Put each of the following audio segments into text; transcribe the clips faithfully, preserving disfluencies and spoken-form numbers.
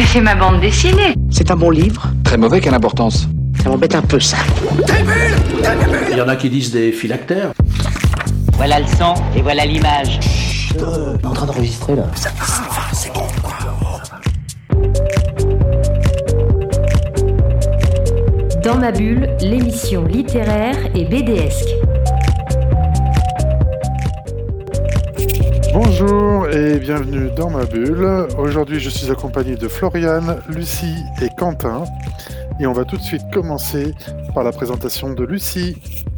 C'est ma bande dessinée. C'est un bon livre. Très mauvais, quelle importance? Ça m'embête un peu, ça. Il y en a qui disent des phylactères. Voilà le son et voilà l'image. Chut, euh, on est en train d'enregistrer, là. Ça va, ça va, c'est bon, quoi. Dans ma bulle, l'émission littéraire et BDesque. Bonjour et bienvenue dans ma bulle. Aujourd'hui, je suis accompagné de Floriane, Lucie et Quentin. Et on va tout de suite commencer par la présentation de Lucie.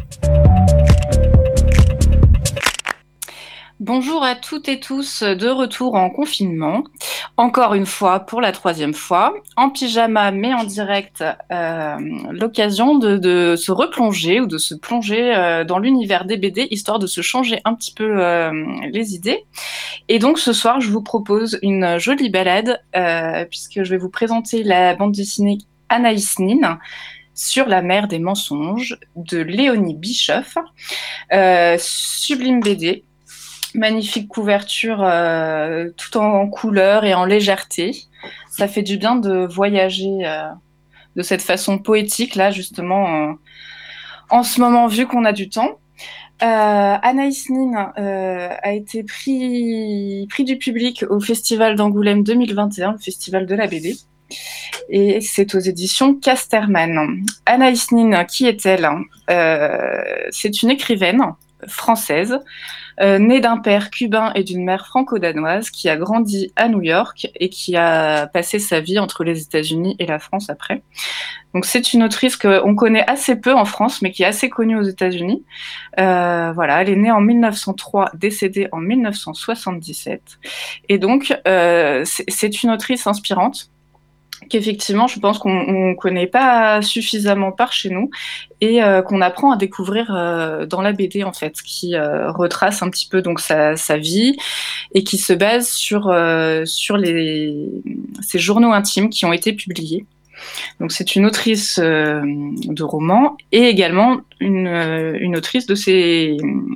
Bonjour à toutes et tous, de retour en confinement, encore une fois pour la troisième fois, en pyjama mais en direct, euh, l'occasion de, de se replonger ou de se plonger euh, dans l'univers des B D, histoire de se changer un petit peu euh, les idées. Et donc ce soir, je vous propose une jolie balade, euh, puisque je vais vous présenter la bande dessinée Anaïs Nin, Sur la mer des mensonges, de Léonie Bischoff, euh, sublime B D. Magnifique couverture, euh, tout en couleur et en légèreté. Ça fait du bien de voyager euh, de cette façon poétique, là, justement, euh, en ce moment, vu qu'on a du temps. Euh, Anaïs Nin euh, a été pris, pris du public au Festival d'Angoulême deux mille vingt et un, le festival de la B D. Et c'est aux éditions Casterman. Anaïs Nin, qui est-elle ? euh, C'est une écrivaine française, euh, née d'un père cubain et d'une mère franco-danoise, qui a grandi à New York et qui a passé sa vie entre les États-Unis et la France après. Donc c'est une autrice qu'on connaît assez peu en France, mais qui est assez connue aux États-Unis. Euh, voilà, elle est née en mille neuf cent trois, décédée en mille neuf cent soixante-dix-sept. Et donc euh, c'est, c'est une autrice inspirante, qu'effectivement, je pense qu'on ne connaît pas suffisamment par chez nous et euh, qu'on apprend à découvrir euh, dans la B D, en fait, qui euh, retrace un petit peu donc sa, sa vie et qui se base sur, euh, sur les, ses journaux intimes qui ont été publiés. Donc, c'est une autrice euh, de romans et également une, euh, une autrice de ses,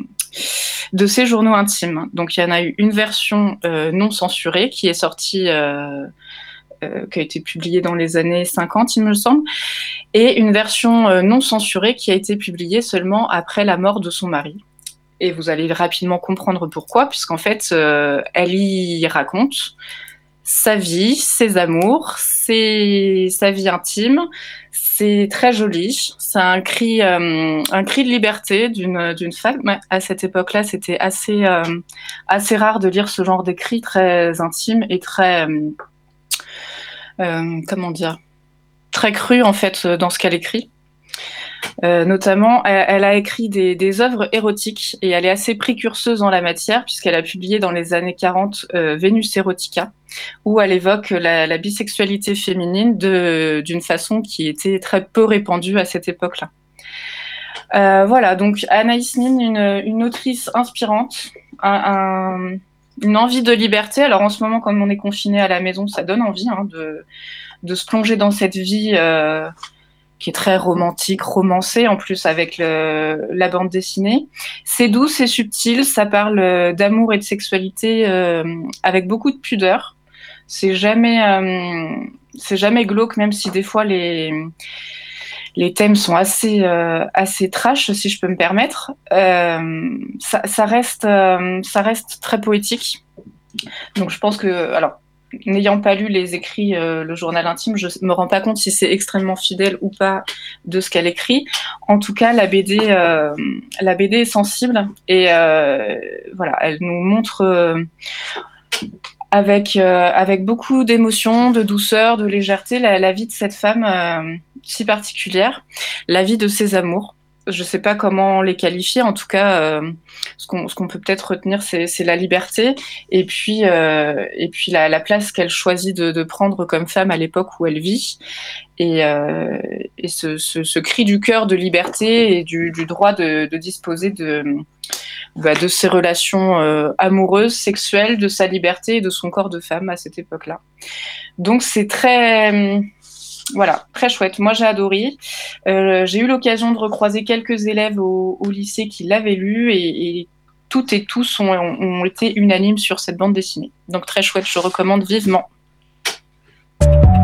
de ses journaux intimes. Donc, il y en a eu une version euh, non censurée qui est sortie... Euh, Euh, qui a été publiée dans les années cinquante, il me semble, et une version euh, non censurée qui a été publiée seulement après la mort de son mari. Et vous allez rapidement comprendre pourquoi, puisqu'en fait, euh, elle y raconte sa vie, ses amours, ses... sa vie intime. C'est très joli. C'est un cri, euh, un cri de liberté d'une, d'une femme. À cette époque-là, c'était assez, euh, assez rare de lire ce genre d'écrit très intime et très... Euh, Euh, comment dire, très crue en fait dans ce qu'elle écrit. Euh, notamment, elle, elle a écrit des, des œuvres érotiques et elle est assez précurseuse en la matière puisqu'elle a publié dans les années quarante euh, Vénus Erotica, où elle évoque la, la bisexualité féminine de, d'une façon qui était très peu répandue à cette époque-là. Euh, voilà, donc Anaïs Nin, une, une autrice inspirante, un, un une envie de liberté. Alors en ce moment, comme on est confiné à la maison, ça donne envie hein, de, de se plonger dans cette vie euh, qui est très romantique, romancée, en plus avec le, la bande dessinée. C'est doux, c'est subtil, ça parle d'amour et de sexualité euh, avec beaucoup de pudeur. C'est jamais, euh, c'est jamais glauque, même si des fois les... les thèmes sont assez, euh, assez trash, si je peux me permettre. Euh, ça, ça, reste, euh, ça reste très poétique. Donc je pense que, alors, n'ayant pas lu les écrits, euh, le journal intime, je ne me rends pas compte si c'est extrêmement fidèle ou pas de ce qu'elle écrit. En tout cas, la B D, euh, la B D est sensible et euh, voilà, elle nous montre... Euh, avec, euh, avec beaucoup d'émotion, de douceur, de légèreté, la, la vie de cette femme euh, si particulière, la vie de ses amours. Je ne sais pas comment les qualifier, en tout cas, euh, ce, qu'on, ce qu'on peut peut-être retenir, c'est, c'est la liberté et puis, euh, et puis la, la place qu'elle choisit de, de prendre comme femme à l'époque où elle vit. Et, euh, et ce, ce, ce cri du cœur de liberté et du, du droit de, de disposer de... Bah, de ses relations euh, amoureuses, sexuelles, de sa liberté et de son corps de femme à cette époque-là. Donc c'est très, euh, voilà, très chouette. Moi j'ai adoré. Euh, j'ai eu l'occasion de recroiser quelques élèves au, au lycée qui l'avaient lu et, et toutes et tous ont, ont été unanimes sur cette bande dessinée. Donc très chouette, je recommande vivement.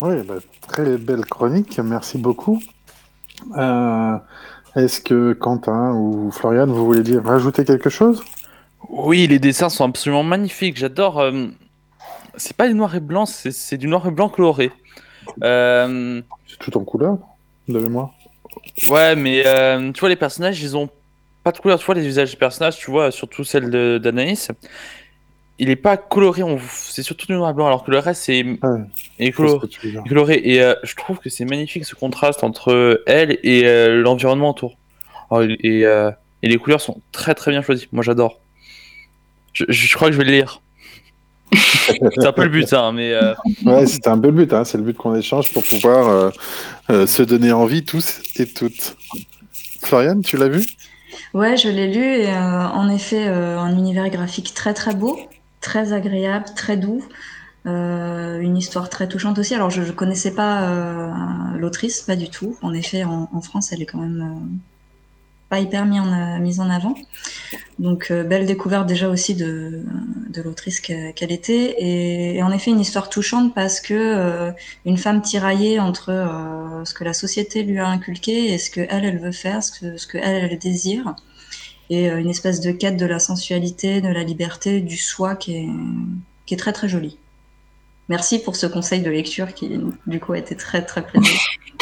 Oui, bah, très belle chronique, merci beaucoup. Euh, Est-ce que Quentin ou Florian, vous voulez dire, rajouter quelque chose? Oui, les dessins sont absolument magnifiques. J'adore. euh, C'est pas du noir et blanc, c'est c'est du noir et blanc coloré. Euh, C'est tout en couleur, de mémoire. Ouais, mais euh, tu vois, les personnages, ils ont pas de couleur. Tu vois, les visages des personnages, tu vois, surtout celle de- d'Anaïs, il est pas coloré. on- C'est surtout du noir et blanc, alors que le reste, c'est Ouais, est je vois ce colo- que tu veux dire. est coloré. Et euh, je trouve que c'est magnifique ce contraste entre elle et euh, l'environnement autour. Oh, et, et, euh, et les couleurs sont très très bien choisies. Moi, j'adore. Je, je crois que je vais le lire. C'est un peu le but, hein, mais euh, Ouais, c'était un peu le but, hein. C'est le but qu'on échange pour pouvoir euh, euh, se donner envie tous et toutes. Florian, tu l'as vu? Ouais, je l'ai lu et euh, en effet, euh, un univers graphique très très beau, très agréable, très doux. Euh, une histoire très touchante aussi. Alors, je ne connaissais pas euh, l'autrice, pas du tout. En effet, en, en France, elle est quand même euh, pas hyper mise en, mise en avant. Donc, euh, belle découverte déjà aussi de, de l'autrice qu'elle qu'elle était. Et, et en effet, une histoire touchante parce que euh, une femme tiraillée entre euh, ce que la société lui a inculqué et ce que elle, elle veut faire, ce que, ce que elle, elle désire. Et euh, une espèce de quête de la sensualité, de la liberté, du soi qui est, qui est très très jolie. Merci pour ce conseil de lecture qui, du coup, a été très très plaisant.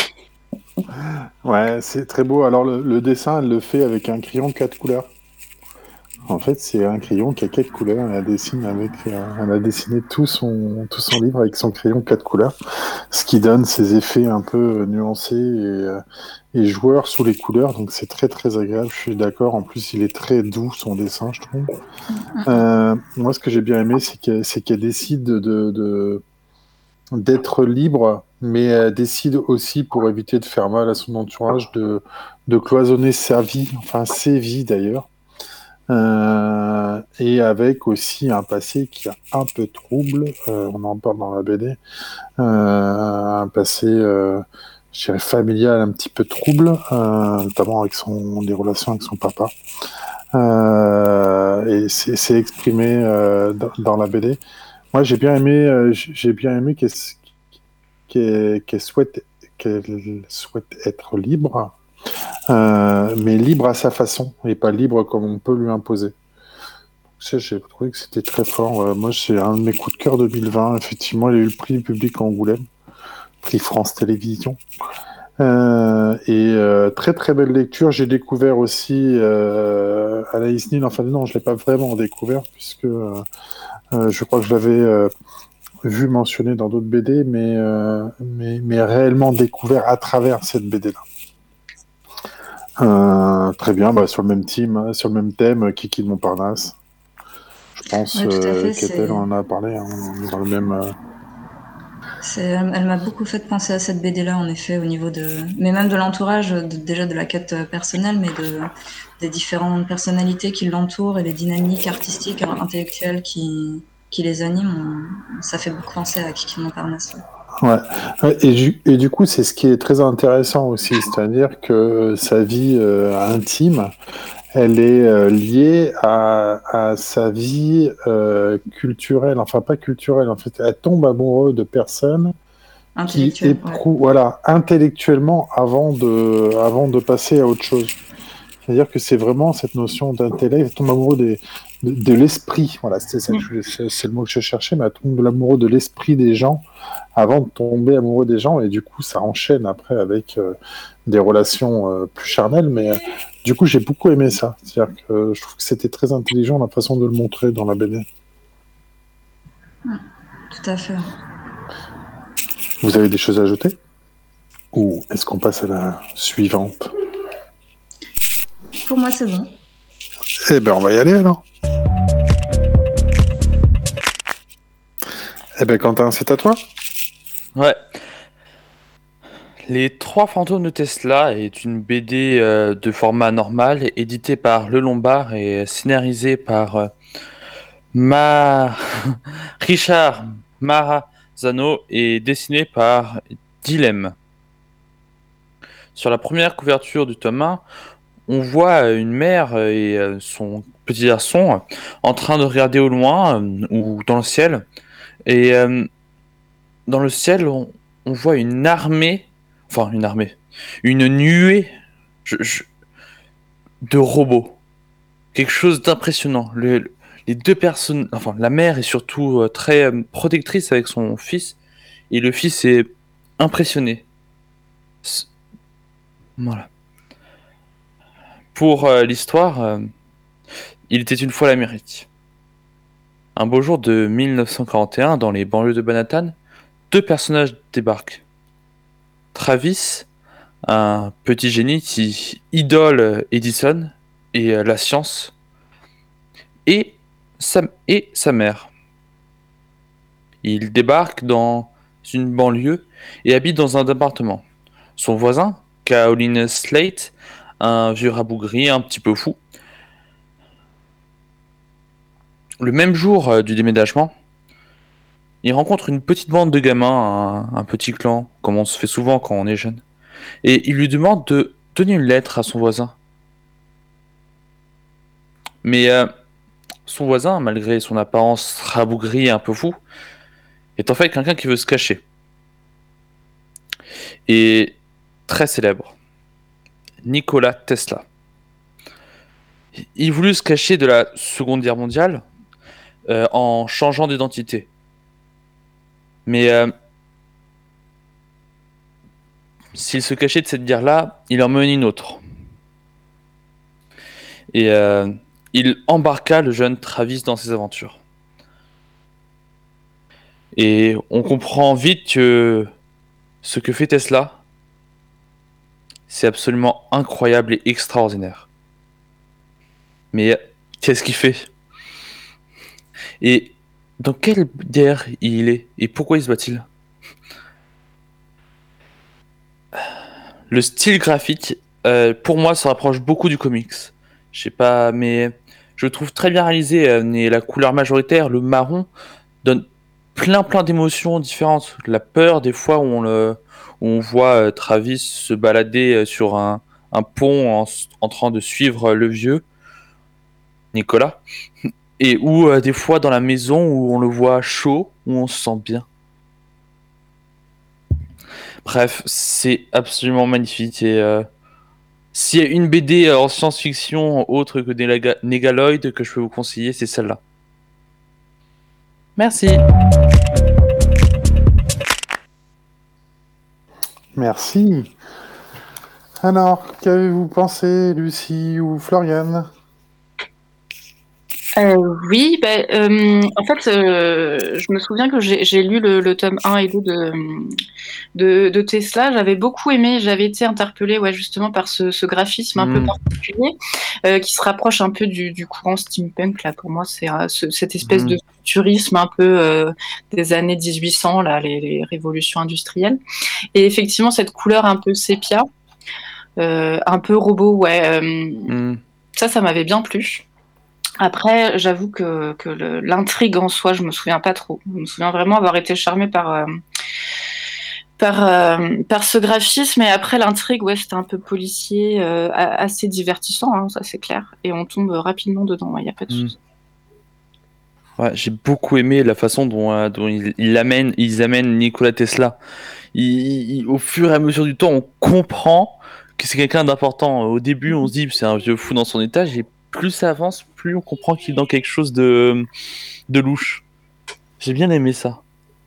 Ouais, c'est très beau. Alors, le, le dessin, elle le fait avec un crayon quatre couleurs. En fait, c'est un crayon qui a quatre couleurs. Elle a, dessine avec, euh, elle a dessiné tout son, tout son livre avec son crayon quatre couleurs, ce qui donne ces effets un peu nuancés et, euh, et joueurs sous les couleurs. Donc, c'est très très agréable. Je suis d'accord. En plus, il est très doux son dessin, je trouve. Euh, moi, ce que j'ai bien aimé, c'est qu'elle, c'est qu'elle décide de, de- d'être libre, mais elle décide aussi, pour éviter de faire mal à son entourage, de, de cloisonner sa vie, enfin ses vies d'ailleurs. Euh, et avec aussi un passé qui est un peu trouble, euh, on en parle dans la B D, euh, un passé, euh, je dirais, familial un petit peu trouble, euh, notamment avec son, des relations avec son papa. Euh, et c'est, c'est exprimé euh, dans, dans la B D. Moi, j'ai bien aimé, euh, j'ai bien aimé qu'elle, qu'elle, qu'elle souhaite, qu'elle souhaite être libre, euh, mais libre à sa façon, et pas libre comme on peut lui imposer. Ça, j'ai trouvé que c'était très fort. Euh, moi, c'est un de mes coups de cœur deux mille vingt. Effectivement, il y a eu le prix public à Angoulême, prix France Télévisions. Euh, et euh, très très belle lecture. J'ai découvert aussi euh, Anaïs Nin. Enfin, non, je ne l'ai pas vraiment découvert, puisque euh, euh, je crois que je l'avais euh, vu mentionné dans d'autres B D, mais, euh, mais, mais réellement découvert à travers cette B D-là. Euh, très bien, bah, sur le même team, hein, sur le même thème, Kiki de Montparnasse. Je pense Ouais, tout à euh, fait, qu'Ethel c'est- en a parlé, hein, on est dans le même. euh, C'est, elle, elle m'a beaucoup fait penser à cette B D-là, en effet, au niveau de, mais même de l'entourage, de- déjà de la quête euh, personnelle, mais de, des différentes personnalités qui l'entourent et les dynamiques artistiques, in- intellectuelles qui, qui les animent. on- Ça fait beaucoup penser à Kiki de Montparnasse. ouais. Ouais. Ouais, et, du, et du coup, c'est ce qui est très intéressant aussi, c'est-à-dire que sa vie euh, intime, elle est euh, liée à, à sa vie euh, culturelle, enfin pas culturelle, en fait, elle tombe amoureuse de personnes qui Intellectuelle, ouais. éprouvent, voilà, intellectuellement avant de, avant de passer à autre chose. C'est-à-dire que c'est vraiment cette notion d'intellect, elle tombe amoureux des, de, de l'esprit, voilà, c'est, ça que je voulais- c'est, c'est le mot que je cherchais, mais elle tombe de l'amoureux de l'esprit des gens avant de tomber amoureux des gens, et du coup ça enchaîne après avec euh, des relations euh, plus charnelles, mais euh, du coup j'ai beaucoup aimé ça, c'est-à-dire que euh, je trouve que c'était très intelligent la façon de le montrer dans la B D. Tout à fait. Vous avez des choses à ajouter? Ou est-ce qu'on passe à la suivante? Pour moi, c'est bon. Eh ben on va y aller alors. Eh ben Quentin, c'est à toi. ouais. Les Trois fantômes de Tesla est une B D euh, de format normal, éditée par Le Lombard et scénarisée par euh, Ma... Richard Marazano et dessinée par Dilem. Sur la première couverture du tome un, on voit euh, une mère euh, et euh, son petit garçon euh, en train de regarder au loin euh, ou dans le ciel. Et euh, dans le ciel, on, on voit une armée, enfin une armée, une nuée je, je, de robots. Quelque chose d'impressionnant. Le, les deux personnes, enfin la mère est surtout euh, très euh, protectrice avec son fils, et le fils est impressionné. C'est... Voilà. Pour euh, l'histoire, euh, il était une fois l'Amérique. Un beau jour de mille neuf cent quarante et un, dans les banlieues de Manhattan, deux personnages débarquent. Travis, un petit génie qui idole Edison et euh, la science, et sa, et sa mère. Il débarque dans une banlieue et habite dans un appartement. Son voisin, Caroline Slate, un vieux rabougri un petit peu fou. Le même jour euh, du déménagement, il rencontre une petite bande de gamins, un, un petit clan, comme on se fait souvent quand on est jeune. Et il lui demande de donner une lettre à son voisin. Mais euh, son voisin, malgré son apparence rabougrie et un peu fou, est en fait quelqu'un qui veut se cacher. Et très célèbre. Nikola Tesla. Il voulut se cacher de la Seconde Guerre mondiale euh, en changeant d'identité. Mais euh, s'il se cachait de cette guerre-là, il en menait une autre. Et euh, il embarqua le jeune Travis dans ses aventures. Et on comprend vite que ce que fait Tesla, c'est absolument incroyable et extraordinaire. Mais qu'est-ce qu'il fait? Et dans quelle guerre il est? Et pourquoi il se bat-il? Le style graphique, euh, pour moi, se rapproche beaucoup du comics. Je sais pas, mais je le trouve très bien réalisé. Euh, et la couleur majoritaire, le marron, donne plein plein d'émotions différentes. La peur, des fois, où on, le, où on voit euh, Travis se balader euh, sur un, un pont en, en train de suivre le vieux Nicolas. Et où, euh, des fois, dans la maison, où on le voit chaud, où on se sent bien. Bref, c'est absolument magnifique. Et euh, s'il y a une B D en science-fiction autre que des Lega- Négaloïdes que je peux vous conseiller, c'est celle-là. Merci. Merci. Alors, qu'avez-vous pensé, Lucie ou Floriane? Euh, oui, bah, euh, en fait, euh, je me souviens que j'ai j'ai lu le, le tome un et deux de, de, de Tesla. J'avais beaucoup aimé, j'avais été interpellée ouais, justement par ce, ce graphisme un Mm. peu particulier euh, qui se rapproche un peu du, du courant steampunk. Là, pour moi, c'est euh, ce- cette espèce Mm. de futurisme un peu euh, des années dix-huit cents, là, les, les révolutions industrielles. Et effectivement, cette couleur un peu sépia, euh, un peu robot, ouais, euh, Mm. ça, ça m'avait bien plu. Après, j'avoue que, que le- l'intrigue en soi, je me souviens pas trop. Je me souviens vraiment avoir été charmée par, euh, par, euh, par ce graphisme. Et après, l'intrigue, ouais, c'était un peu policier, euh, a- assez divertissant, hein, ça c'est clair. Et on tombe rapidement dedans, il n'y a pas de Mm. souci. Ouais, j'ai beaucoup aimé la façon dont, euh, dont ils, ils amènent, ils amènent Nikola Tesla. Il- il- au fur et à mesure du temps, on comprend que c'est quelqu'un d'important. Au début, on se dit c'est un vieux fou dans son étage, et plus ça avance, plus on comprend qu'il est dans quelque chose de, de louche. J'ai bien aimé ça.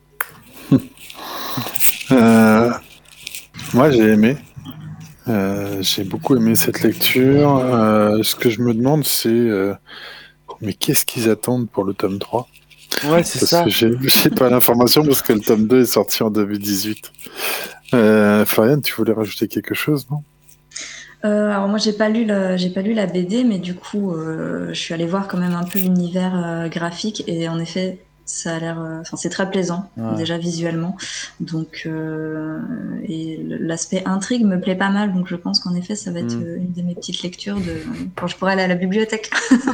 Euh, Moi, j'ai aimé. Euh, j'ai beaucoup aimé cette lecture. Euh, ce que je me demande, c'est euh, mais qu'est-ce qu'ils attendent pour le tome trois? Ouais, c'est Parce ça. que j'ai j'ai pas l'information parce que le tome deux est sorti en deux mille dix-huit. Euh, Floriane, tu voulais rajouter quelque chose, non? Euh, alors moi j'ai pas lu la, j'ai pas lu la B D, mais du coup euh, je suis allée voir quand même un peu l'univers euh, graphique et en effet ça a l'air, euh, enfin c'est très plaisant Ouais. déjà visuellement, donc euh, et le- l'aspect intrigue me plaît pas mal, donc je pense qu'en effet ça va être Mm. euh, une de mes petites lectures de quand je pourrai aller à la bibliothèque.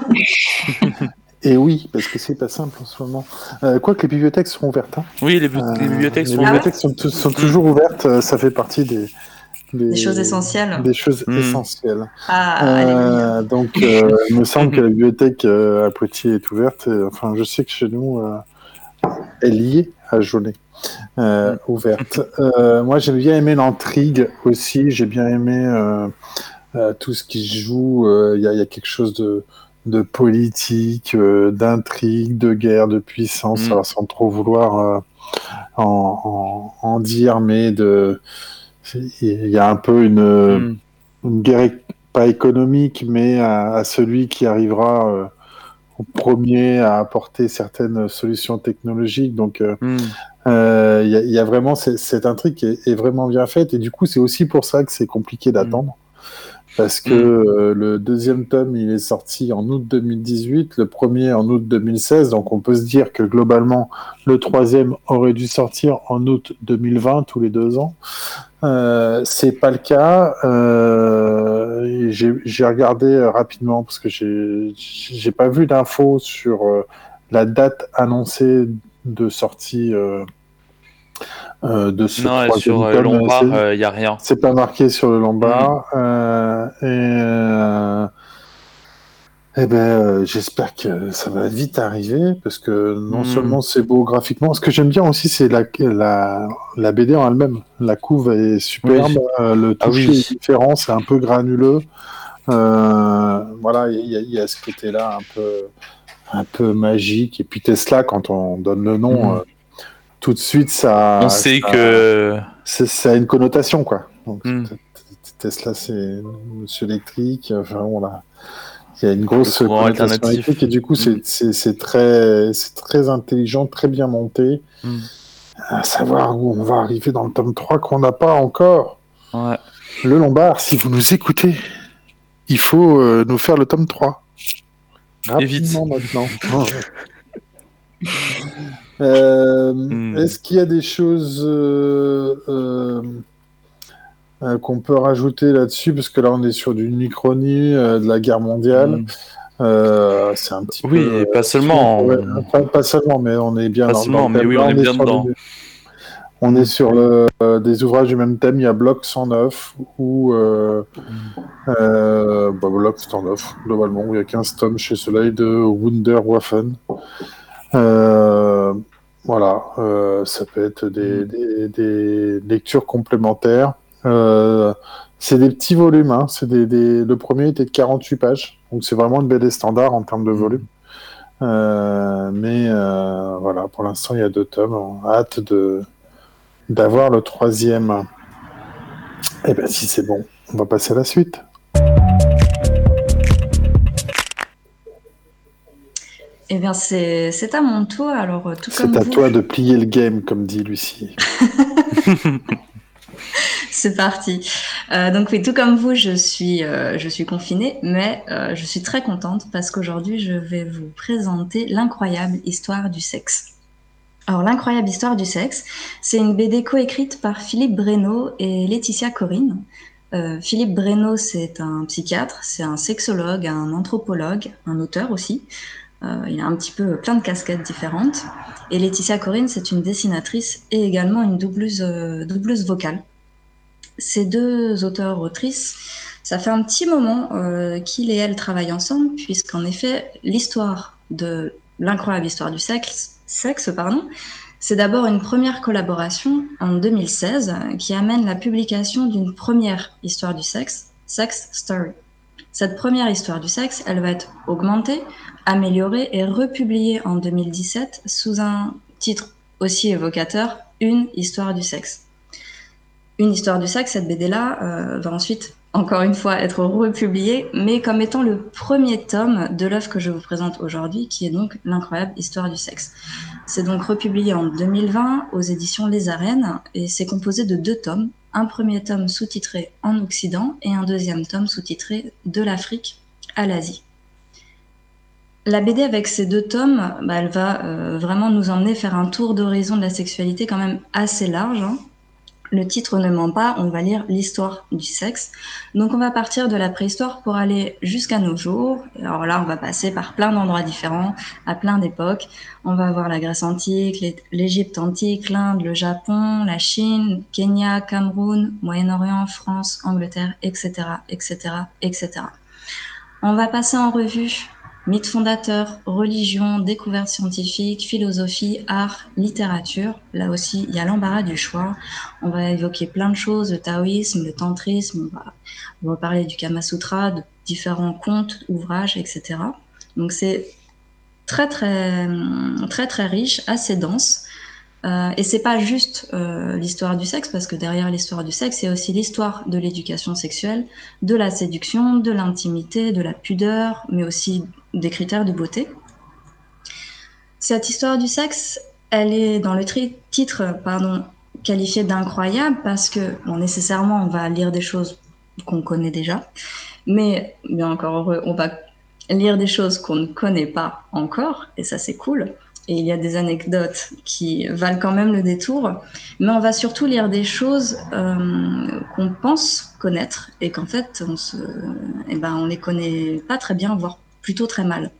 Et oui, parce que c'est pas simple en ce moment. Euh, Quoique les bibliothèques sont ouvertes. Hein. Oui, les, bu- Euh, les bibliothèques les sont bibliothèques ouvertes. sont, tou- sont toujours ouvertes. euh, Ça fait partie des, Des choses essentielles. Des choses Mm. essentielles. Ah, allez, Euh, donc, euh, il me semble que la bibliothèque euh, à Poitiers est ouverte. Et, enfin, je sais que chez nous, euh, elle y est à jaune, euh, ouverte. Euh, moi, j'ai bien aimé l'intrigue aussi. J'ai bien aimé euh, euh, tout ce qui se joue. Il y, y a quelque chose de, de politique, euh, d'intrigue, de guerre, de puissance, Mm. alors, sans trop vouloir euh, en, en, en dire, mais de il y a un peu une, Mm. une guerre é- pas économique, mais à, à celui qui arrivera euh, au premier à apporter certaines solutions technologiques. Donc, euh, Mm. euh, il y, a- il y a vraiment cette, cette intrigue qui est, est vraiment bien faite. Et du coup, c'est aussi pour ça que c'est compliqué d'attendre. Parce que Mm. euh, le deuxième tome, il est sorti en août deux mille dix-huit, le premier en août deux mille seize. Donc, on peut se dire que globalement, le troisième aurait dû sortir en août deux mille vingt, tous les deux ans. Euh, c'est pas le cas. Euh, et j'ai j'ai regardé euh, rapidement parce que j'ai j'ai pas vu d'infos sur euh, la date annoncée de sortie euh, euh, de ce Non, et sur troisième euh, tome. Lombard, il C'est n'y a rien. c'est pas marqué sur le Lombard. Euh, et euh, eh ben, euh, j'espère que ça va vite arriver parce que non Mm. seulement c'est beau graphiquement, ce que j'aime bien aussi, c'est la, la, la B D en elle-même. La couve est superbe, Oui. euh, le Ah toucher oui. est différent, c'est un peu granuleux. Euh, voilà, il y, a- il y a ce côté-là un peu, un peu magique. Et puis Tesla, quand on donne le nom, Mm. euh, tout de suite, ça, On sait ça, que. c'est- ça a une connotation, quoi. Donc, Mm. t- t- Tesla, c'est Monsieur électrique. Enfin, voilà. Il y a une Le grosse courant connotation alternatif. électrique et du coup, Mm. c'est c'est- c'est très, c'est très intelligent, très bien monté. Mm. À savoir où on va arriver dans le tome trois qu'on n'a pas encore. Ouais. Le Lombard, si vous nous écoutez, il faut euh, nous faire le tome trois. Et vite. Rapidement maintenant. Euh, Mm. Est-ce qu'il y a des choses euh, euh, euh, qu'on peut rajouter là-dessus? Parce que là, on est sur du Uchronie, euh, de la guerre mondiale. Mm. Euh, c'est un petit Oui, peu. et pas euh, seulement. on pourrait- on- pas, pas seulement, mais on est bien Pas dans, dans seulement, le mais thème. oui, Là, on est bien sur dedans. du- on Mm. est sur le, euh, des ouvrages du même thème. Il y a Bloc cent neuf ou euh, euh, bah, Bloc cent neuf, globalement, où il y a quinze tomes chez Soleil de Wunderwaffen. Euh, voilà, euh, ça peut être des, Mm. des, des lectures complémentaires. Euh, c'est des petits volumes, hein. C'est des, des... Le premier était de quarante-huit pages, donc c'est vraiment une B D standard en termes de Mm. volume. Euh, mais euh, voilà, pour l'instant, il y a deux tomes. On a hâte de d'avoir le troisième. Et bien, si c'est bon, on va passer à la suite. Eh bien, c'est c'est à mon tour. Alors, euh, tout comme C'est à vous, toi de plier le game, comme dit Lucie. c'est parti. Euh, donc oui, tout comme vous, je suis, euh, je suis confinée, mais euh, je suis très contente parce qu'aujourd'hui, je vais vous présenter l'incroyable histoire du sexe. Alors, l'incroyable histoire du sexe, c'est une B D coécrite par Philippe Breno et Laetitia Corrine. Euh, Philippe Breno, c'est un psychiatre, c'est un sexologue, un anthropologue, un auteur aussi. Euh, il a un petit peu plein de casquettes différentes. Et Laetitia Corrine, c'est une dessinatrice et également une doubleuse, euh, doubleuse vocale. Ces deux auteurs-autrices, ça fait un petit moment euh, qu'ils et elles travaillent ensemble, puisqu'en effet, l'histoire de l'incroyable histoire du sexe, sexe pardon, c'est d'abord une première collaboration en deux mille seize qui amène la publication d'une première histoire du sexe, Sex Story. Cette première histoire du sexe, elle va être augmentée, améliorée et republiée en deux mille dix-sept sous un titre aussi évocateur, Une histoire du sexe. Une histoire du sexe, cette B D-là, euh, va ensuite, encore une fois, être republiée, mais comme étant le premier tome de l'œuvre que je vous présente aujourd'hui, qui est donc L'incroyable histoire du sexe. C'est donc republié en deux mille vingt aux éditions Les Arènes, et c'est composé de deux tomes. Un premier tome sous-titré En Occident et un deuxième tome sous-titré De l'Afrique à l'Asie. La B D avec ces deux tomes, bah, elle va euh, vraiment nous emmener faire un tour d'horizon de la sexualité quand même assez large, hein. Le titre ne ment pas, on va lire l'histoire du sexe. Donc on va partir de la préhistoire pour aller jusqu'à nos jours. Alors là, on va passer par plein d'endroits différents, à plein d'époques. On va voir la Grèce antique, l'Égypte antique, l'Inde, le Japon, la Chine, Kenya, Cameroun, Moyen-Orient, France, Angleterre, et cetera, et cetera, et cetera. On va passer en revue mythes fondateurs, religion, découvertes scientifiques, philosophie, art, littérature. Là aussi, il y a l'embarras du choix. On va évoquer plein de choses, le taoïsme, le tantrisme, on va, on va parler du Kama Sutra, de différents contes, ouvrages, et cetera. Donc c'est très très très très riche, assez dense. Euh, et c'est pas juste euh, l'histoire du sexe, parce que derrière l'histoire du sexe, il y a aussi l'histoire de l'éducation sexuelle, de la séduction, de l'intimité, de la pudeur, mais aussi des critères de beauté. Cette histoire du sexe, elle est dans le tri- titre pardon, qualifiée d'incroyable, parce que bon, nécessairement on va lire des choses qu'on connaît déjà, mais bien encore heureux, on va lire des choses qu'on ne connaît pas encore, et ça c'est cool. Et il y a des anecdotes qui valent quand même le détour, mais on va surtout lire des choses euh, qu'on pense connaître et qu'en fait on se, eh ben, on les connaît pas très bien, voire plutôt très mal.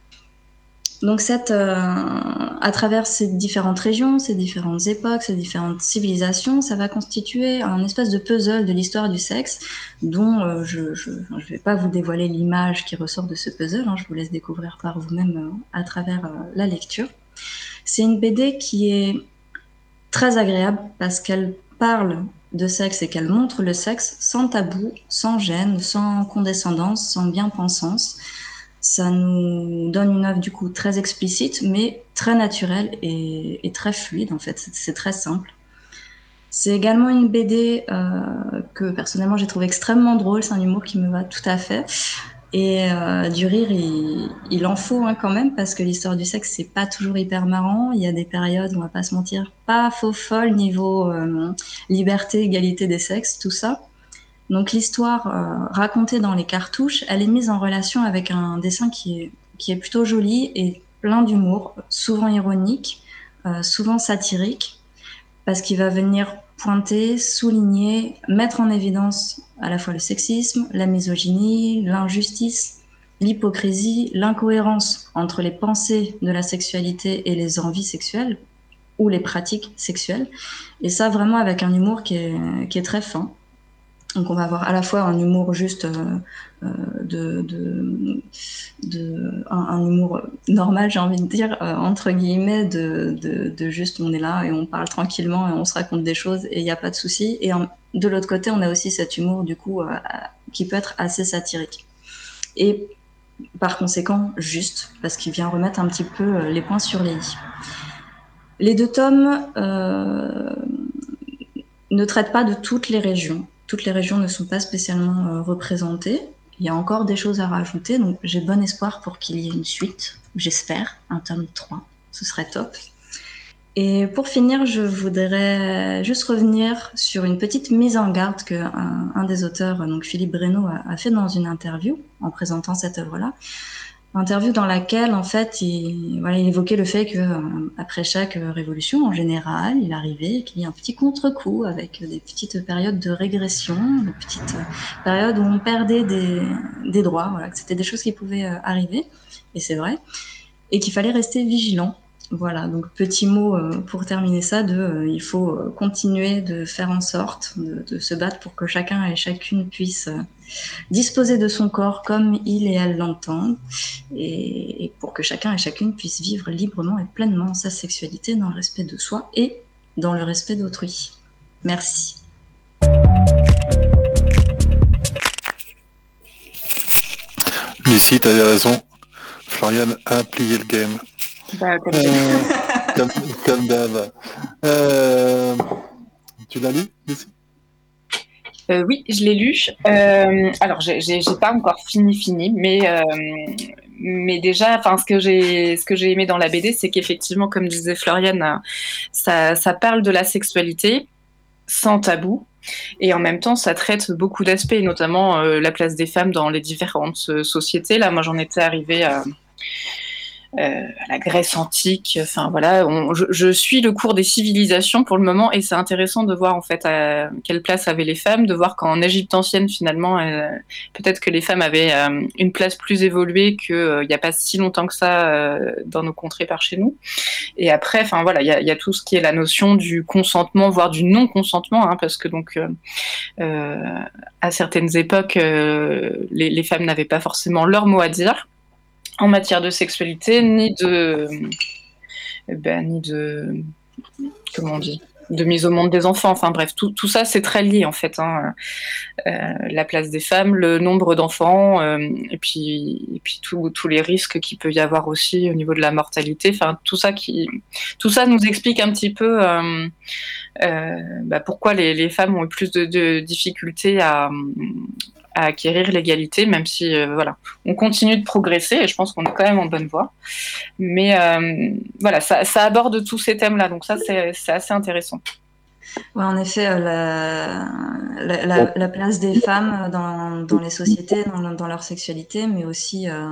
Donc cette, euh, à travers ces différentes régions, ces différentes époques, ces différentes civilisations, ça va constituer un espèce de puzzle de l'histoire du sexe dont euh, je ne vais pas vous dévoiler l'image qui ressort de ce puzzle, hein, je vous laisse découvrir par vous-même euh, à travers euh, la lecture. C'est une B D qui est très agréable parce qu'elle parle de sexe et qu'elle montre le sexe sans tabou, sans gêne, sans condescendance, sans bien-pensance. Ça nous donne une œuvre du coup très explicite, mais très naturelle et, et très fluide en fait. C'est, c'est très simple. C'est également une B D euh, que personnellement j'ai trouvé extrêmement drôle. C'est un humour qui me va tout à fait. Et euh, du rire, il, il en faut hein, quand même, parce que l'histoire du sexe, c'est pas toujours hyper marrant. Il y a des périodes, on va pas se mentir, pas faux folle niveau euh, liberté, égalité des sexes, tout ça. Donc l'histoire euh, racontée dans les cartouches, elle est mise en relation avec un dessin qui est, qui est plutôt joli et plein d'humour, souvent ironique, euh, souvent satirique, parce qu'il va venir pointer, souligner, mettre en évidence à la fois le sexisme, la misogynie, l'injustice, l'hypocrisie, l'incohérence entre les pensées de la sexualité et les envies sexuelles ou les pratiques sexuelles. Et ça vraiment avec un humour qui est, qui est très fin. Donc on va avoir à la fois un humour juste euh, euh, de, de, de un, un humour normal, j'ai envie de dire, euh, entre guillemets, de, de, de juste on est là et on parle tranquillement et on se raconte des choses et il n'y a pas de souci. Et en, de l'autre côté, on a aussi cet humour du coup euh, qui peut être assez satirique. Et par conséquent, juste, parce qu'il vient remettre un petit peu les points sur les i. Les deux tomes euh, ne traitent pas de toutes les régions. Toutes les régions ne sont pas spécialement euh, représentées. Il y a encore des choses à rajouter, donc j'ai bon espoir pour qu'il y ait une suite, j'espère, un tome trois, ce serait top. Et pour finir, je voudrais juste revenir sur une petite mise en garde que un, un des auteurs, donc Philippe Breno, a, a fait dans une interview en présentant cette œuvre-là. Interview dans laquelle, en fait, il, voilà, il évoquait le fait que euh, après chaque euh, révolution, en général, il arrivait qu'il y ait un petit contre-coup avec des petites périodes de régression, des petites euh, périodes où on perdait des, des droits, voilà, que c'était des choses qui pouvaient euh, arriver, et c'est vrai, et qu'il fallait rester vigilant. Voilà, donc petit mot euh, pour terminer ça, de, euh, il faut euh, continuer de faire en sorte de, de se battre pour que chacun et chacune puisse euh, disposer de son corps comme il et elle l'entendent, et, et pour que chacun et chacune puisse vivre librement et pleinement sa sexualité dans le respect de soi et dans le respect d'autrui. Merci. Lucie, t'avais raison. Florian a plié le game. Bah, comme Euh, comme, comme d'hab. Euh, tu l'as lu, Lucie? Euh, oui, je l'ai lu. Euh, alors, j'ai, j'ai, j'ai pas encore fini, fini, mais euh, mais déjà, enfin, ce que j'ai, ce que j'ai aimé dans la B D, c'est qu'effectivement, comme disait Floriane, ça, ça parle de la sexualité sans tabou, et en même temps, ça traite beaucoup d'aspects, notamment euh, la place des femmes dans les différentes euh, sociétés. Là, moi, j'en étais arrivée à Euh, à la Grèce antique. Enfin voilà, on, je, je suis le cours des civilisations pour le moment et c'est intéressant de voir en fait à quelle place avaient les femmes, de voir qu'en Égypte ancienne finalement, euh, peut-être que les femmes avaient euh, une place plus évoluée qu'il n'y euh, a pas si longtemps que ça euh, dans nos contrées par chez nous. Et après, enfin voilà, il y a, y a tout ce qui est la notion du consentement, voire du non-consentement, hein, parce que donc euh, euh, à certaines époques, euh, les, les femmes n'avaient pas forcément leur mot à dire. en matière de sexualité, ni de, ben, ni de, comment on dit, de mise au monde des enfants. Enfin bref, tout, tout ça, c'est très lié en fait. Hein. Euh, la place des femmes, le nombre d'enfants, euh, et puis, et puis tous les risques qu'il peut y avoir aussi au niveau de la mortalité. Enfin, tout ça qui, tout ça nous explique un petit peu euh, euh, bah, pourquoi les, les femmes ont eu plus de, de difficultés à, à acquérir l'égalité, même si euh, voilà, on continue de progresser et je pense qu'on est quand même en bonne voie. Mais euh, voilà, ça, ça aborde tous ces thèmes-là, donc ça c'est, c'est assez intéressant. Ouais, en effet, euh, la, la, la, la place des femmes dans, dans les sociétés, dans, dans leur sexualité, mais aussi, euh,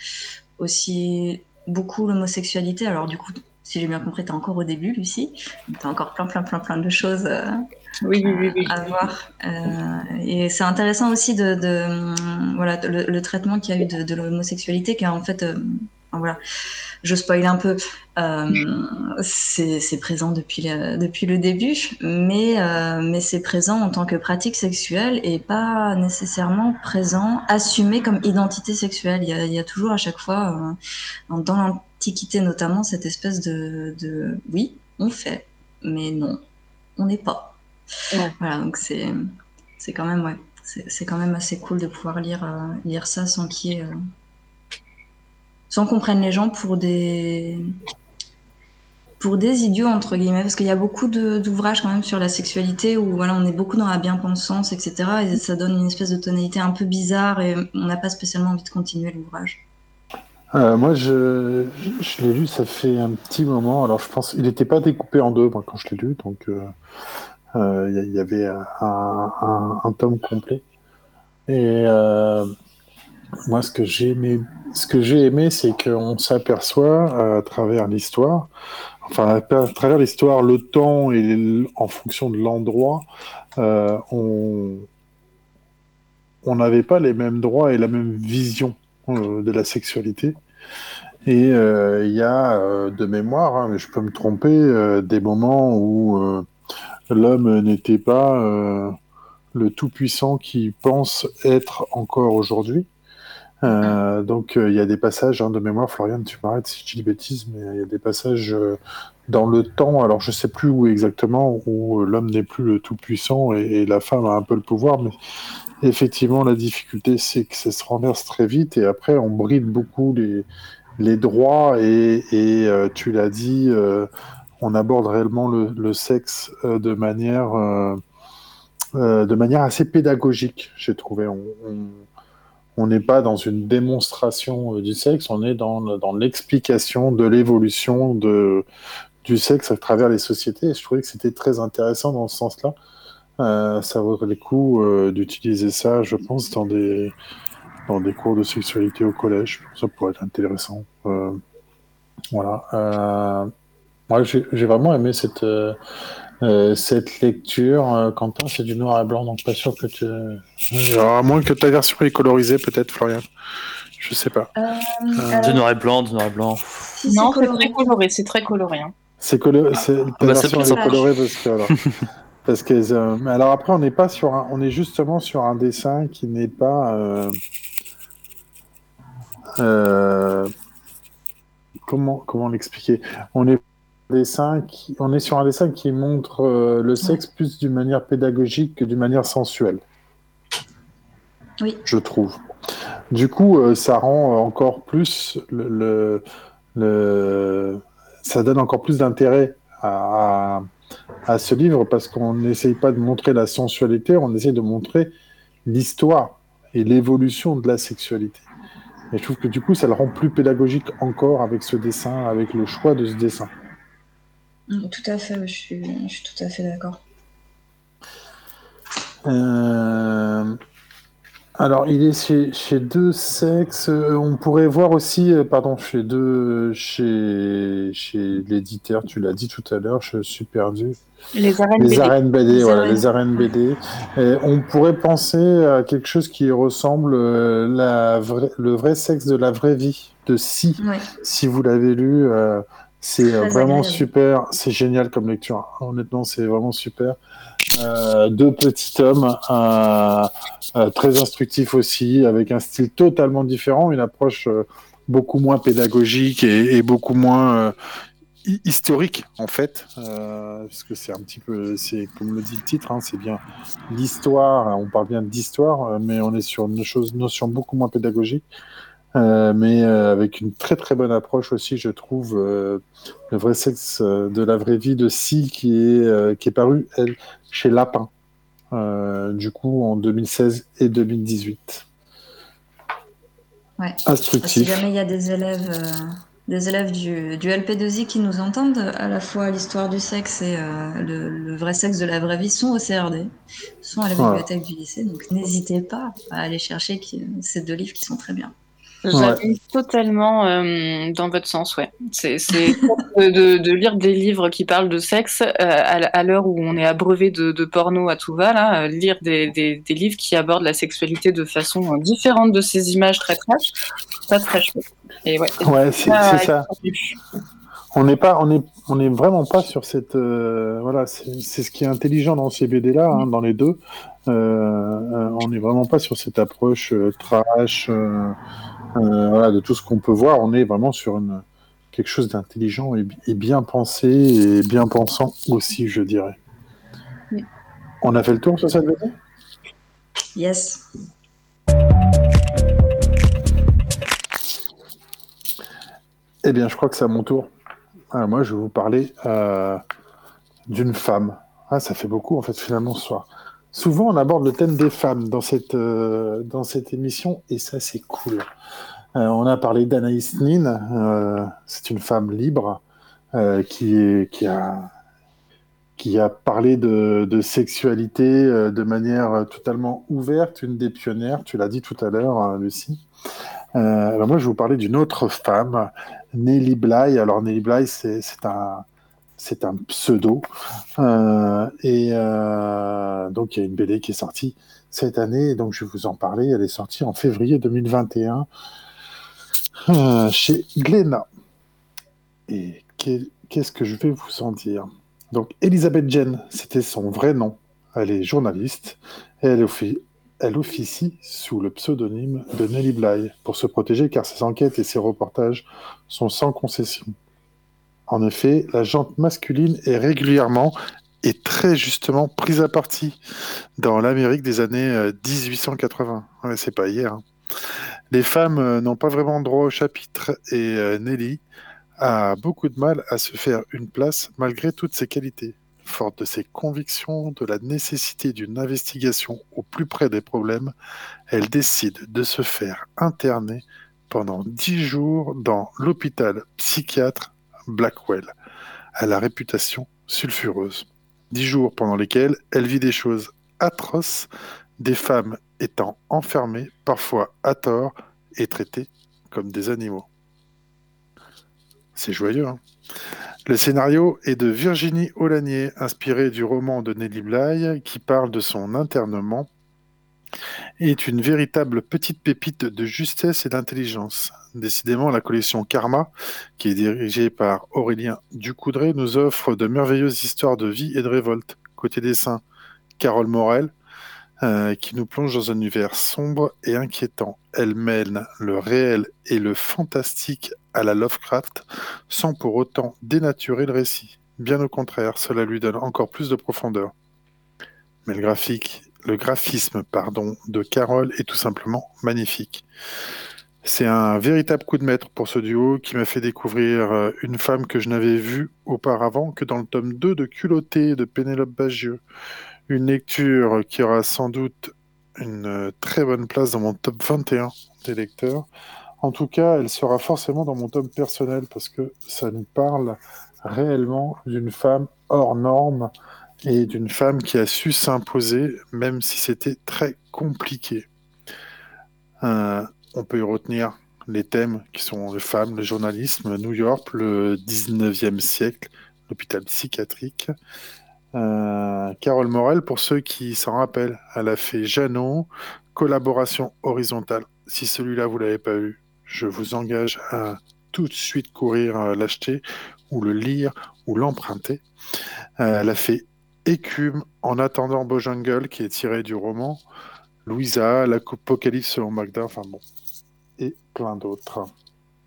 aussi beaucoup l'homosexualité. Alors du coup, si j'ai bien compris, t'es encore au début, Lucie. T'as encore plein, plein, plein, plein de choses euh, oui, oui, oui. à voir. Euh, et c'est intéressant aussi de, de voilà, le, le traitement qu'il y a eu de, de l'homosexualité, qui a en fait, euh, voilà. Je spoil un peu, euh, c'est, c'est présent depuis le, depuis le début, mais, euh, mais c'est présent en tant que pratique sexuelle et pas nécessairement présent, assumé comme identité sexuelle. Il y a, il y a toujours à chaque fois, euh, dans l'Antiquité notamment, cette espèce de, de oui, on fait, mais non, on n'est pas. Ouais. Voilà, donc c'est, c'est quand même, ouais, c'est, c'est quand même assez cool de pouvoir lire, euh, lire ça sans qu'il y ait... Euh, sans qu'on prenne les gens pour des pour des idiots entre guillemets, parce qu'il y a beaucoup de, d'ouvrages quand même sur la sexualité où voilà, on est beaucoup dans la bien-pensance, et cetera. Et ça donne une espèce de tonalité un peu bizarre et on n'a pas spécialement envie de continuer l'ouvrage. Euh, moi, je, je l'ai lu, ça fait un petit moment. Alors, je pense, il n'était pas découpé en deux moi, quand je l'ai lu, donc il euh, euh, y, y avait un, un, un tome complet. Et euh, moi, ce que j'ai aimé, ce que j'ai aimé, c'est qu'on s'aperçoit à travers l'histoire, enfin à travers l'histoire, le temps et en fonction de l'endroit, euh, on on n'avait pas les mêmes droits et la même vision euh, de la sexualité. Et il euh, y a euh, de mémoire, hein, mais je peux me tromper, euh, des moments où euh, l'homme n'était pas euh, le tout-puissant qui pense être encore aujourd'hui. Euh, donc il euh, y a des passages hein, de mémoire, Florian, tu m'arrêtes si je dis des bêtises, mais il y a des passages euh, dans le temps, alors je sais plus où exactement, où euh, l'homme n'est plus le tout-puissant et, et la femme a un peu le pouvoir, mais effectivement la difficulté c'est que ça se renverse très vite et après on bride beaucoup les, les droits et, et euh, tu l'as dit, euh, on aborde réellement le, le sexe euh, de manière euh, euh, de manière assez pédagogique, j'ai trouvé. On, on On n'est pas dans une démonstration euh, du sexe, on est dans, dans l'explication de l'évolution de, du sexe à travers les sociétés. Et je trouvais que c'était très intéressant dans ce sens-là. Euh, ça vaudrait le coup euh, d'utiliser ça, je pense, dans des, dans des cours de sexualité au collège. Ça pourrait être intéressant. Euh, voilà. Euh, moi, j'ai, j'ai vraiment aimé cette... Euh, Euh, cette lecture, euh, Quentin, c'est du noir et blanc, donc pas sûr que tu... Alors, à moins que ta version est colorisée, peut-être, Florian. Je sais pas. Euh, euh... alors... De noir et blanc, de noir et blanc. Si, non, c'est, c'est très coloré, c'est très coloré. Hein. C'est coloré, c'est... ta ah bah version est colorée parce que... Alors, parce que euh... mais alors après, on n'est pas sur un... on est justement sur un dessin qui n'est pas... Euh... Euh... Comment, comment l'expliquer ? On est Dessin qui, on est sur un dessin qui montre euh, le sexe plus d'une manière pédagogique que d'une manière sensuelle. Oui. Je trouve. Du coup, euh, ça rend encore plus le, le, le, ça donne encore plus d'intérêt à, à, à ce livre parce qu'on n'essaye pas de montrer la sensualité, on essaie de montrer l'histoire et l'évolution de la sexualité. Et je trouve que du coup, ça le rend plus pédagogique encore avec ce dessin, avec le choix de ce dessin. Tout à fait, je suis, je suis tout à fait d'accord. Euh... Alors, il est chez, chez Deux Sexes. On pourrait voir aussi, pardon, chez deux, chez, chez l'éditeur, tu l'as dit tout à l'heure, je suis perdu. Les arènes les B D. Arènes B D, les voilà, arènes. les arènes B D. Et on pourrait penser à quelque chose qui ressemble euh, la vraie, le vrai sexe de la vraie vie, de Si. Ouais. Si vous l'avez lu... Euh, C'est Très vraiment agréable. super, c'est génial comme lecture. Honnêtement, c'est vraiment super. Euh, deux petits tomes, euh, euh, très instructifs aussi, avec un style totalement différent, une approche euh, beaucoup moins pédagogique et, et beaucoup moins euh, hi- historique en fait, euh, parce que c'est un petit peu, c'est comme le dit le titre, hein, c'est bien l'histoire. On parle bien d'histoire, euh, mais on est sur une chose, notion beaucoup moins pédagogique, euh, mais euh, avec une très très bonne approche aussi, je trouve. Euh, le vrai sexe euh, de la vraie vie de Si qui est euh, qui est paru elle chez Lapin, euh, du coup en deux mille seize et deux mille dix-huit. Ouais. Si Instructif. jamais il y a des élèves, euh, des élèves du, du L P deux I qui nous entendent, à la fois l'histoire du sexe et euh, le, le vrai sexe de la vraie vie sont au C R D, sont à la Voilà. bibliothèque du lycée, donc n'hésitez pas à aller chercher qui- ces deux livres qui sont très bien. J'appuie totalement euh, dans votre sens, ouais. C'est c'est de, de- de lire des livres qui parlent de sexe euh, à, l- à l'heure où on est abreuvé de, de porno à tout va, là, euh, lire des, des, des livres qui abordent la sexualité de façon euh, différente de ces images très trash, pas très chouette. Et ouais, Ouais, c'est Ah, c'est ouais, ça. On n'est pas, on est, on est vraiment pas sur cette, euh, voilà, c'est c'est ce qui est intelligent dans ces B D là, hein, dans les deux. Euh, euh, on n'est vraiment pas sur cette approche euh, trash, euh, euh, voilà, de tout ce qu'on peut voir. On est vraiment sur une quelque chose d'intelligent et, bi- et bien pensé et bien pensant aussi, je dirais. Oui. On a fait le tour sur cette B D? Yes. Eh bien, je crois que c'est à mon tour. Alors, moi, je vais vous parler euh, d'une femme. Ah, ça fait beaucoup, en fait, finalement, ce soir. Souvent, on aborde le thème des femmes dans cette, euh, dans cette émission, et ça, c'est cool. Euh, on a parlé d'Anaïs Nin. Euh, c'est une femme libre euh, qui, est, qui, a, qui a parlé de, de sexualité euh, de manière totalement ouverte, une des pionnières. Tu l'as dit tout à l'heure, hein, Lucie. Euh, alors moi, je vais vous parler d'une autre femme, Nelly Bly. Alors Nelly Bly, c'est c'est un, c'est un pseudo. Euh, et euh, donc, il y a une B D qui est sortie cette année. Et donc, je vais vous en parler. Elle est sortie en février deux mille vingt et un euh, chez Glénat. Et qu'est- qu'est-ce que je vais vous en dire? Donc, Elisabeth Jane, c'était son vrai nom. Elle est journaliste. Et elle, offi- elle officie sous le pseudonyme de Nelly Bly pour se protéger car ses enquêtes et ses reportages sont sans concession. En effet, la jante masculine est régulièrement et très justement prise à partie dans l'Amérique des années euh, dix-huit cent quatre-vingts. Ouais, c'est pas hier, hein. Les femmes euh, n'ont pas vraiment droit au chapitre et euh, Nelly a beaucoup de mal à se faire une place malgré toutes ses qualités. Forte de ses convictions, de la nécessité d'une investigation au plus près des problèmes, elle décide de se faire interner pendant dix jours dans l'hôpital psychiatre Blackwell, à la réputation sulfureuse. Dix jours pendant lesquels elle vit des choses atroces, des femmes étant enfermées, parfois à tort, et traitées comme des animaux. C'est joyeux, hein? Le scénario est de Virginie Aulagnier, inspiré du roman de Nelly Bly, qui parle de son internement, et est une véritable petite pépite de justesse et d'intelligence. Décidément, la collection Karma, qui est dirigée par Aurélien Ducoudray, nous offre de merveilleuses histoires de vie et de révolte. Côté dessin, Carole Morel, euh, qui nous plonge dans un univers sombre et inquiétant. Elle mêle le réel et le fantastique à la Lovecraft, sans pour autant dénaturer le récit. Bien au contraire, cela lui donne encore plus de profondeur. Mais le graphique, le graphisme, pardon, de Carole est tout simplement magnifique. C'est un véritable coup de maître pour ce duo qui m'a fait découvrir euh, une femme que je n'avais vue auparavant que dans le tome deux de Culotté de Pénélope Bagieux. Une lecture qui aura sans doute une euh, très bonne place dans mon top vingt et un des lecteurs. En tout cas, elle sera forcément dans mon top personnel parce que ça nous parle réellement d'une femme hors norme et d'une femme qui a su s'imposer, même si c'était très compliqué. Euh, on peut y retenir les thèmes qui sont les femmes, le journalisme, New York, le dix-neuvième siècle, l'hôpital psychiatrique. Euh, Carole Morel, pour ceux qui s'en rappellent, elle a fait Jeannot, collaboration horizontale. Si celui-là, vous ne l'avez pas eu, je vous engage à tout de suite courir à l'acheter ou le lire ou l'emprunter. Euh, elle a fait Écume, En attendant Bojungle, qui est tiré du roman, Louisa, L'Apocalypse selon Magda, enfin bon, et plein d'autres.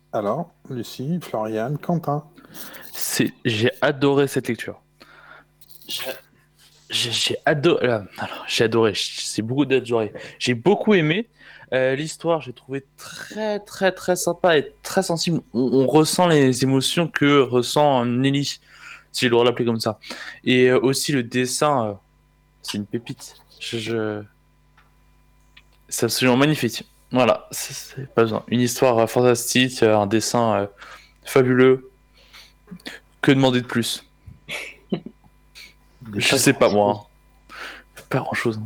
Alors, Lucie, Florian, Quentin. C'est, j'ai adoré cette lecture. J'ai, j'ai, j'ai adoré. Alors, j'ai adoré. C'est beaucoup d'adoré. J'ai beaucoup aimé. Euh, l'histoire, j'ai trouvé très, très, très sympa et très sensible. On, on ressent les émotions que ressent Nelly, si je dois l'appeler comme ça. Et euh, aussi le dessin, euh, c'est une pépite. Je, je... C'est absolument magnifique. Voilà, c'est, c'est pas besoin. Une histoire euh, fantastique, euh, un dessin euh, fabuleux. Que demander de plus? Je sais pas moi. Pas grand chose.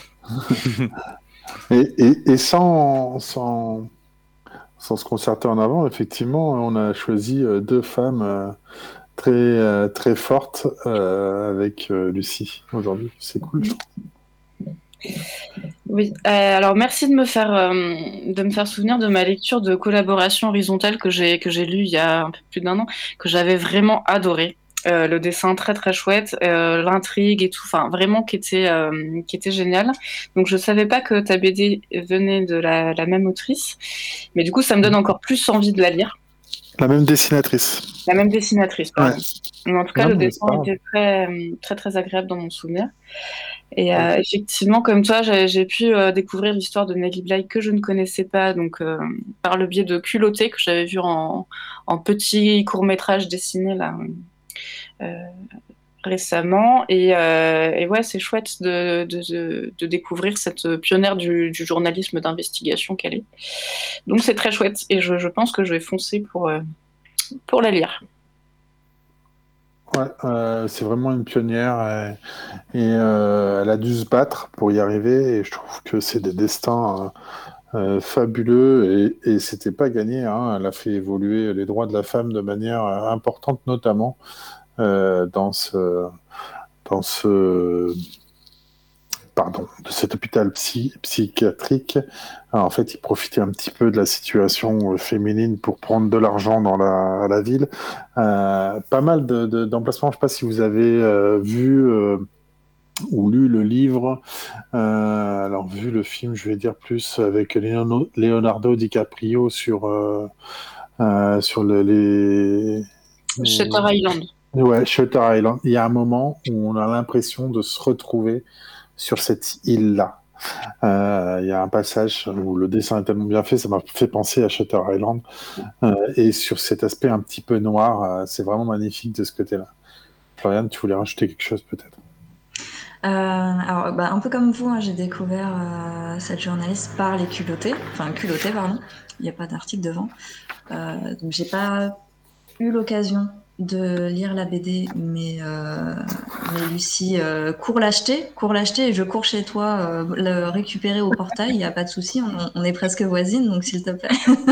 Et, et, et sans, sans, sans se concerter en avant, effectivement, on a choisi euh, deux femmes euh, très, euh, très fortes euh, avec euh, Lucie aujourd'hui. C'est cool, je trouve. Oui, euh, alors merci de me faire euh, de me faire souvenir de ma lecture de Collaboration horizontale que j'ai que j'ai lu il y a un peu plus d'un an, que j'avais vraiment adoré. Euh, le dessin très très chouette, euh, l'intrigue et tout, enfin vraiment qui était euh, qui était génial. Donc je savais pas que ta B D venait de la, la même autrice, mais du coup ça me donne encore plus envie de la lire. La même dessinatrice. La même dessinatrice, pardon. Ouais. Mais en tout cas, Non, le mais dessin c'est pas grave. était très, très, très agréable dans mon souvenir. Et euh, effectivement, comme toi, j'ai, j'ai pu euh, découvrir l'histoire de Nelly Bly que je ne connaissais pas, donc euh, par le biais de Culotté, que j'avais vu en, en petit court-métrage dessiné là, euh, récemment. Et, euh, et ouais, c'est chouette de, de, de, de découvrir cette pionnière du, du journalisme d'investigation qu'elle est. Donc c'est très chouette, et je, je pense que je vais foncer pour, euh, pour la lire. Ouais, euh, c'est vraiment une pionnière et, et, euh, elle a dû se battre pour y arriver et je trouve que c'est des destins euh, euh, fabuleux et, et c'était pas gagné, hein. Elle a fait évoluer les droits de la femme de manière euh, importante, notamment euh, dans ce dans ce pardon, de cet hôpital psy, psychiatrique. Alors, en fait, il profitait un petit peu de la situation féminine pour prendre de l'argent dans la, à la ville. Euh, pas mal de, de, d'emplacements. Je ne sais pas si vous avez euh, vu euh, ou lu le livre. Euh, alors, vu le film, je vais dire plus avec Leonardo, Leonardo DiCaprio sur, euh, euh, sur le, les... Shutter Island. Ouais, Shutter Island. Il y a un moment où on a l'impression de se retrouver sur cette île-là. Euh, il y a un passage où le dessin est tellement bien fait, ça m'a fait penser à Shutter Island. Euh, et sur cet aspect un petit peu noir, euh, c'est vraiment magnifique de ce côté-là. Floriane, tu voulais rajouter quelque chose peut-être? Euh, alors, bah, un peu comme vous, hein, j'ai découvert euh, cette journaliste par les culottés, enfin culottés, pardon. Il n'y a pas d'article devant. Euh, donc j'ai pas eu l'occasion de lire la B D, mais, euh, mais Lucie, euh, cours l'acheter, cours l'acheter et je cours chez toi euh, le récupérer au portail, il n'y a pas de souci, on, on est presque voisines, donc s'il te plaît.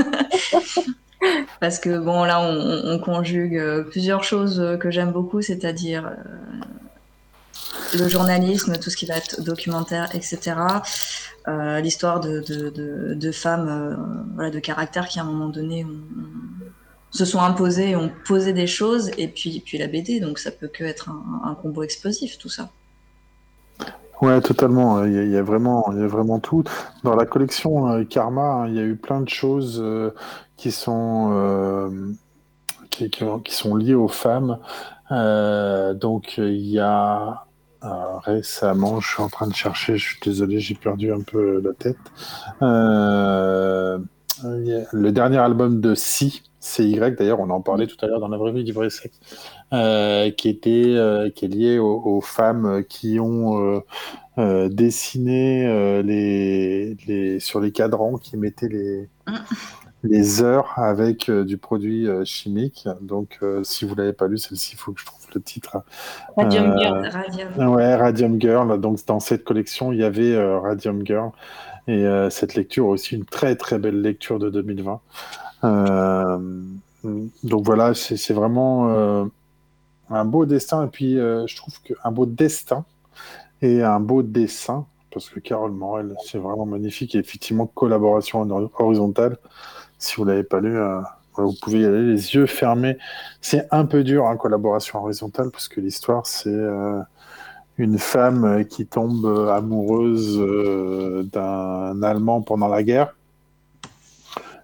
Parce que bon, là, on, on conjugue euh, plusieurs choses que j'aime beaucoup, c'est-à-dire euh, le journalisme, tout ce qui va être documentaire, et cetera. Euh, l'histoire de, de, de, de femmes euh, voilà, de caractère qui, à un moment donné, ont, se sont imposées et ont posé des choses, et puis, puis la B D, donc ça peut que être un, un combo explosif, tout ça. Ouais, totalement. Il y, a, il y a vraiment, il y a vraiment tout. Dans la collection euh, Karma, hein, il y a eu plein de choses euh, qui sont euh, qui, qui, qui sont liées aux femmes. Euh, donc il y a euh, récemment, je suis en train de chercher, je suis désolé, j'ai perdu un peu la tête. Euh, il y a le dernier album de Si, C Y, d'ailleurs, on en parlait tout à l'heure dans la vraie vie du vrai sexe, euh, qui était euh, qui est lié aux, aux femmes qui ont euh, euh, dessiné euh, les, les sur les cadrans, qui mettaient les les heures avec euh, du produit euh, chimique. Donc, euh, si vous l'avez pas lu, celle-ci, il faut que je trouve le titre. Radium Euh, Girl. Radium. Ouais, Radium Girl. Donc, dans cette collection, il y avait euh, Radium Girl. Et euh, cette lecture aussi, une très très belle lecture de deux mille vingt. Euh, donc voilà, c'est, c'est vraiment euh, un beau destin. Et puis, euh, je trouve qu'un beau destin et un beau dessin, parce que Carole Morel, c'est vraiment magnifique. Et effectivement, collaboration horizontale. Si vous l'avez pas lu, euh, vous pouvez y aller les yeux fermés. C'est un peu dur, hein, collaboration horizontale, parce que l'histoire, c'est euh, une femme qui tombe amoureuse euh, d'un Allemand pendant la guerre.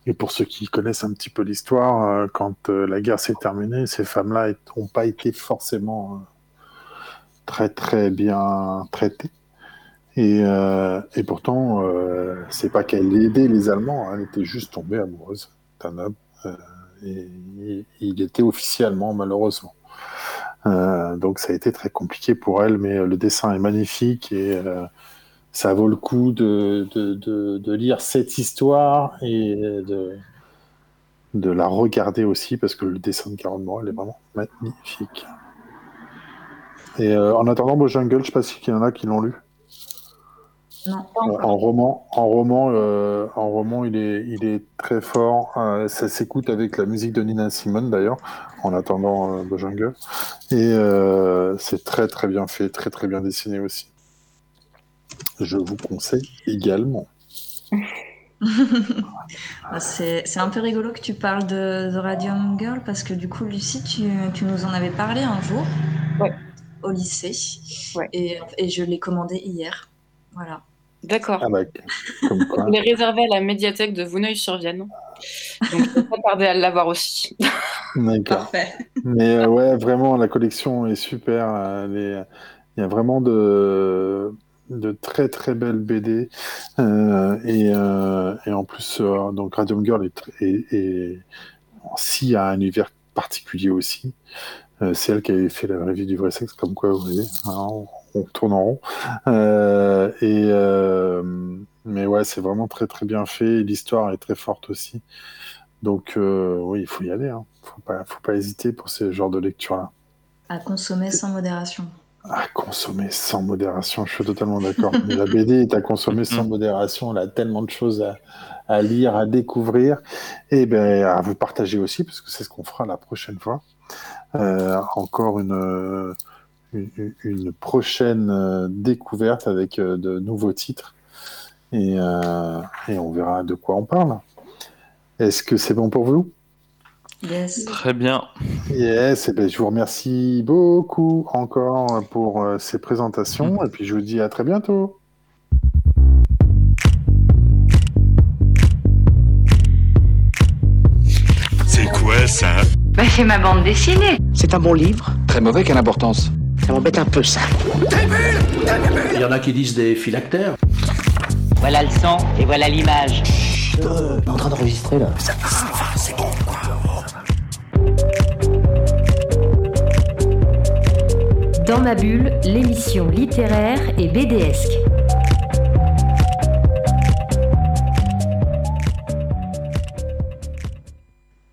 et pour ceux qui connaissent un petit peu l'histoire, euh, quand euh, la guerre s'est terminée, ces femmes-là n'ont pas été forcément euh, très très bien traitées. Et, euh, et pourtant, euh, c'est pas qu'elle aidait les Allemands, hein, elle était juste tombée amoureuse d'un homme. Euh, et, et il était officiellement, malheureusement. Euh, donc ça a été très compliqué pour elle, mais le dessin est magnifique et euh, ça vaut le coup de, de, de, de lire cette histoire et de, de la regarder aussi, parce que le dessin de Carole Morel est vraiment magnifique. Et euh, en attendant, Beau Jungle, je ne sais pas s'il y en a qui l'ont lu. Non. Euh, en roman, en roman, euh, en roman, il est, il est très fort. Euh, ça s'écoute avec la musique de Nina Simone d'ailleurs. En attendant, euh, Beau Jungle. Et euh, c'est très très bien fait, très très bien dessiné aussi. Je vous conseille également. c'est, c'est un peu rigolo que tu parles de The Radium Girl parce que du coup, Lucie, tu, tu nous en avais parlé un jour ouais. au lycée ouais. et, et je l'ai commandé hier. Voilà. D'accord. Ah bah, comme quoi. On est réservé à la médiathèque de Vouneuil-sur-Vienne. Donc, je ne vais pas tarder à l'avoir aussi. D'accord. Parfait. Mais euh, ouais, vraiment, la collection est super. Elle est... Il y a vraiment de, de très très belles B D. Euh, et, euh, et en plus, euh, donc Radium Girl est, est, est... si a un univers particulier aussi. Euh, c'est elle qui avait fait la revue du vrai sexe, comme quoi, vous voyez, hein, on, on tourne en rond. Euh, et, euh, mais ouais, c'est vraiment très très bien fait. L'histoire est très forte aussi. Donc euh, oui, il faut y aller. Hein. Faut pas, faut pas hésiter pour ce genre de lecture-là. À consommer sans modération. À consommer sans modération, je suis totalement d'accord. Mais la B D est à consommer sans modération. Elle a tellement de choses à, à lire, à découvrir, et ben à vous partager aussi, parce que c'est ce qu'on fera la prochaine fois. Euh, encore une, une, une prochaine découverte avec de nouveaux titres, et, euh, et on verra de quoi on parle. Est-ce que c'est bon pour vous? Yes. Très bien. Yes, et ben, je vous remercie beaucoup encore pour euh, ces présentations, et puis je vous dis à très bientôt. C'est quoi ça? Bah, c'est ma bande dessinée. C'est un bon livre. Très mauvais, quelle importance? Ça m'embête un peu, ça. Il y en a qui disent des phylactères. Voilà le son et voilà l'image. Euh, en train d'enregistrer, là. Ça va, c'est bon, quoi. Dans ma bulle, l'émission littéraire et BDesque.